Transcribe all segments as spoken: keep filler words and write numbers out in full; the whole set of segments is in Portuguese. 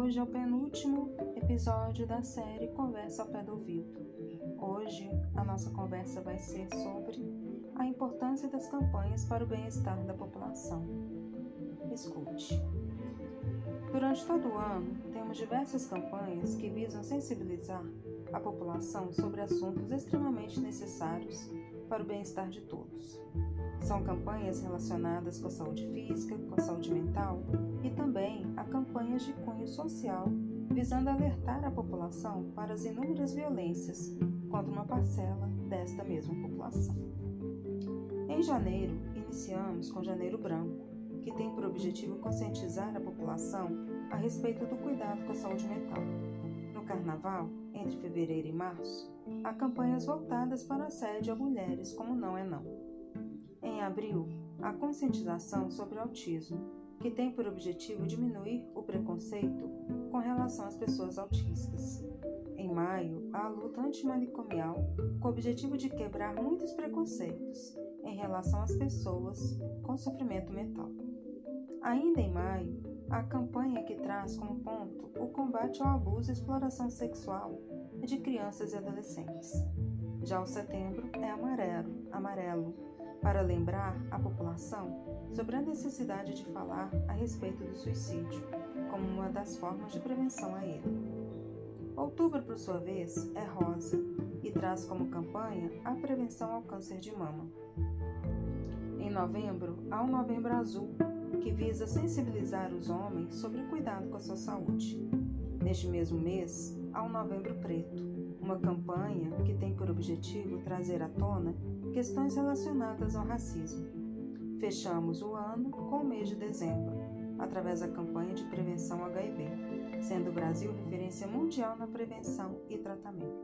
Hoje é o penúltimo episódio da série Conversa ao Pé do Ouvido. Hoje a nossa conversa vai ser sobre a importância das campanhas para o bem-estar da população. Escute. Durante todo o ano, temos diversas campanhas que visam sensibilizar a população sobre assuntos extremamente necessários para o bem-estar de todos. São campanhas relacionadas com a saúde física, com a saúde mental e também há campanhas de cunho social visando alertar a população para as inúmeras violências contra uma parcela desta mesma população. Em janeiro, iniciamos com Janeiro Branco, que tem por objetivo conscientizar a população a respeito do cuidado com a saúde mental. No Carnaval, entre fevereiro e março, há campanhas voltadas para o assédio a mulheres como Não é Não. Em abril, a conscientização sobre o autismo, que tem por objetivo diminuir o preconceito com relação às pessoas autistas. Em maio, há a luta antimanicomial, com o objetivo de quebrar muitos preconceitos em relação às pessoas com sofrimento mental. Ainda em maio, há a campanha que traz como ponto o combate ao abuso e exploração sexual de crianças e adolescentes. Já o setembro é amarelo, amarelo, para lembrar a população sobre a necessidade de falar a respeito do suicídio, como uma das formas de prevenção a ele. Outubro, por sua vez, é rosa e traz como campanha a prevenção ao câncer de mama. Em novembro, há o Novembro Azul, que visa sensibilizar os homens sobre o cuidado com a sua saúde. Neste mesmo mês, há o Novembro Preto, uma campanha que tem por objetivo trazer à tona questões relacionadas ao racismo. Fechamos o ano com o mês de dezembro, através da campanha de prevenção ao H I V, sendo o Brasil referência mundial na prevenção e tratamento.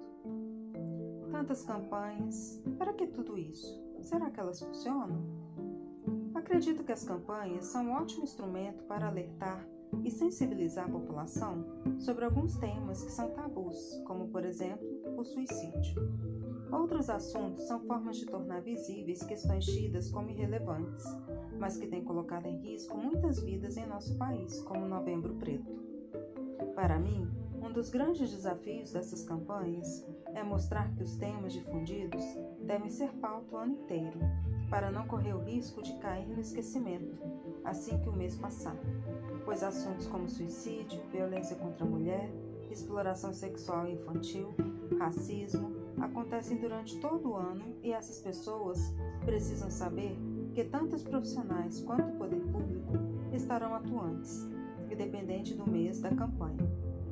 Tantas campanhas, para que tudo isso? Será que elas funcionam? Acredito que as campanhas são um ótimo instrumento para alertar e sensibilizar a população sobre alguns temas que são tabus, como, por exemplo, o suicídio. Outros assuntos são formas de tornar visíveis questões tidas como irrelevantes, mas que têm colocado em risco muitas vidas em nosso país, como o Novembro Preto. Para mim, um dos grandes desafios dessas campanhas é mostrar que os temas difundidos devem ser pauta o ano inteiro, para não correr o risco de cair no esquecimento assim que o mês passar, pois assuntos como suicídio, violência contra a mulher, exploração sexual e infantil, racismo, acontecem durante todo o ano e essas pessoas precisam saber que tanto os profissionais quanto o poder público estarão atuantes, independente do mês da campanha.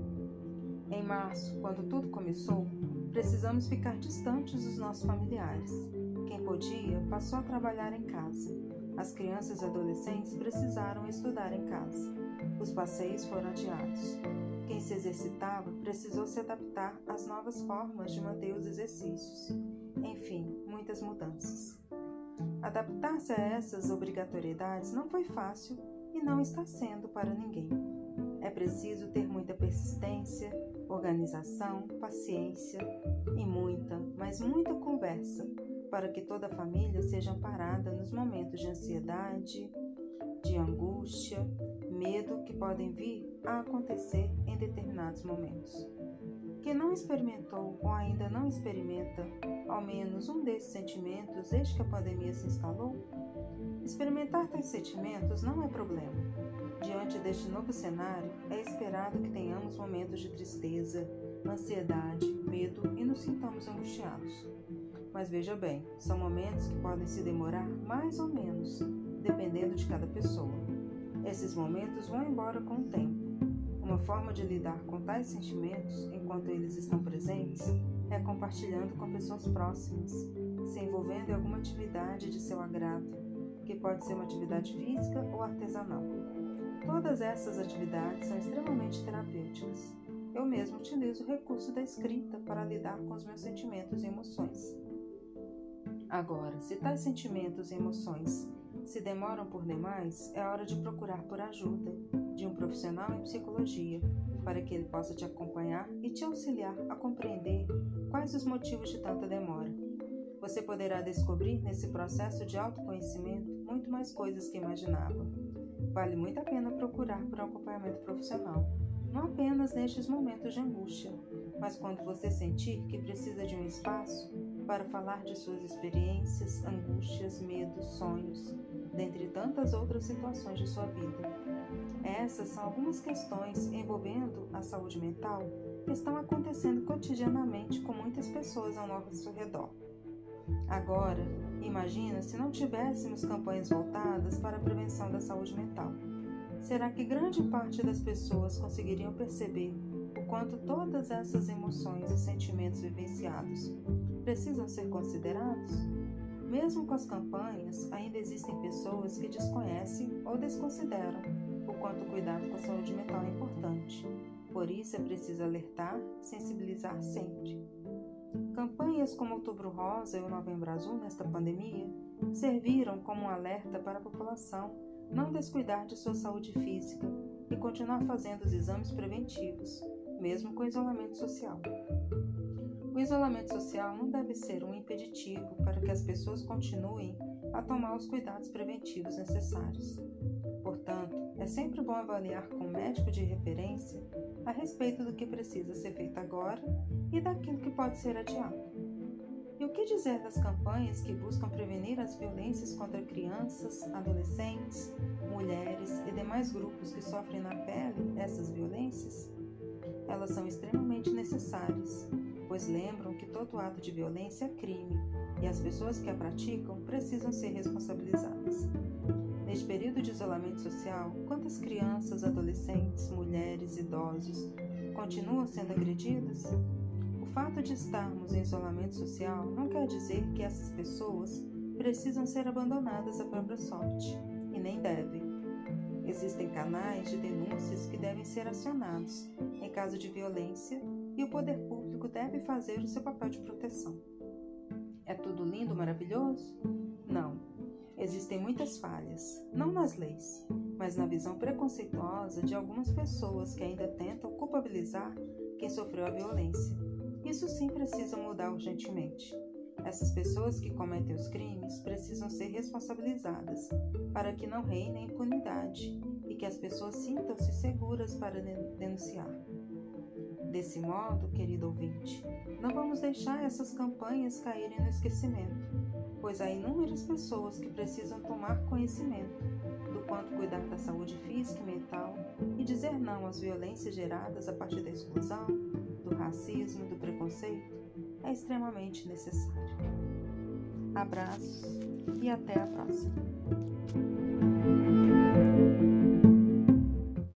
Em março, quando tudo começou, precisamos ficar distantes dos nossos familiares. Quem podia passou a trabalhar em casa. As crianças e adolescentes precisaram estudar em casa. Os passeios foram adiados. Quem se exercitava precisou se adaptar às novas formas de manter os exercícios. Enfim, muitas mudanças. Adaptar-se a essas obrigatoriedades não foi fácil e não está sendo para ninguém. É preciso ter muita persistência, organização, paciência e muita, mas muita conversa para que toda a família seja amparada nos momentos de ansiedade, de angústia, medo que podem vir a acontecer em determinados momentos. Quem não experimentou ou ainda não experimenta ao menos um desses sentimentos desde que a pandemia se instalou? Experimentar tais sentimentos não é problema. Diante deste novo cenário, é esperado que tenhamos momentos de tristeza, ansiedade, medo e nos sintamos angustiados. Mas veja bem, são momentos que podem se demorar mais ou menos, dependendo de cada pessoa. Esses momentos vão embora com o tempo. Uma forma de lidar com tais sentimentos, enquanto eles estão presentes, é compartilhando com pessoas próximas, se envolvendo em alguma atividade de seu agrado, que pode ser uma atividade física ou artesanal. Todas essas atividades são extremamente terapêuticas. Eu mesmo utilizo o recurso da escrita para lidar com os meus sentimentos e emoções. Agora, se tais sentimentos e emoções se demoram por demais, é hora de procurar por ajuda de um profissional em psicologia, para que ele possa te acompanhar e te auxiliar a compreender quais os motivos de tanta demora. Você poderá descobrir nesse processo de autoconhecimento muito mais coisas que imaginava. Vale muito a pena procurar por um acompanhamento profissional. não apenas nestes momentos de angústia, mas quando você sentir que precisa de um espaço para falar de suas experiências, angústias, medos, sonhos, dentre tantas outras situações de sua vida. Essas são algumas questões envolvendo a saúde mental que estão acontecendo cotidianamente com muitas pessoas ao nosso redor. Agora, imagina se não tivéssemos campanhas voltadas para a prevenção da saúde mental. Será que grande parte das pessoas conseguiriam perceber o quanto todas essas emoções e sentimentos vivenciados precisam ser considerados? Mesmo com as campanhas, ainda existem pessoas que desconhecem ou desconsideram o quanto o cuidado com a saúde mental é importante. Por isso é preciso alertar, sensibilizar sempre. Campanhas como Outubro Rosa e o Novembro Azul nesta pandemia serviram como um alerta para a população não descuidar de sua saúde física e continuar fazendo os exames preventivos, mesmo com isolamento social. O isolamento social não deve ser um impeditivo para que as pessoas continuem a tomar os cuidados preventivos necessários. Portanto, é sempre bom avaliar com o médico de referência a respeito do que precisa ser feito agora e daquilo que pode ser adiado. E o que dizer das campanhas que buscam prevenir as violências contra crianças, adolescentes, mulheres e demais grupos que sofrem na pele essas violências? Elas são extremamente necessárias, pois lembram que todo ato de violência é crime e as pessoas que a praticam precisam ser responsabilizadas. Neste período de isolamento social, quantas crianças, adolescentes, mulheres, idosos continuam sendo agredidas? O fato de estarmos em isolamento social não quer dizer que essas pessoas precisam ser abandonadas à própria sorte, e nem devem. Existem canais de denúncias que devem ser acionados em caso de violência e o poder público deve fazer o seu papel de proteção. É tudo lindo, maravilhoso? Não. Existem muitas falhas, não nas leis, mas na visão preconceituosa de algumas pessoas que ainda tentam culpabilizar quem sofreu a violência. Isso sim precisa mudar urgentemente. Essas pessoas que cometem os crimes precisam ser responsabilizadas para que não reine a impunidade e que as pessoas sintam-se seguras para denunciar. Desse modo, querido ouvinte, não vamos deixar essas campanhas caírem no esquecimento, pois há inúmeras pessoas que precisam tomar conhecimento do quanto cuidar da saúde física e mental e dizer não às violências geradas a partir da exclusão, do racismo e do preconceito é extremamente necessário. Abraços e até a próxima!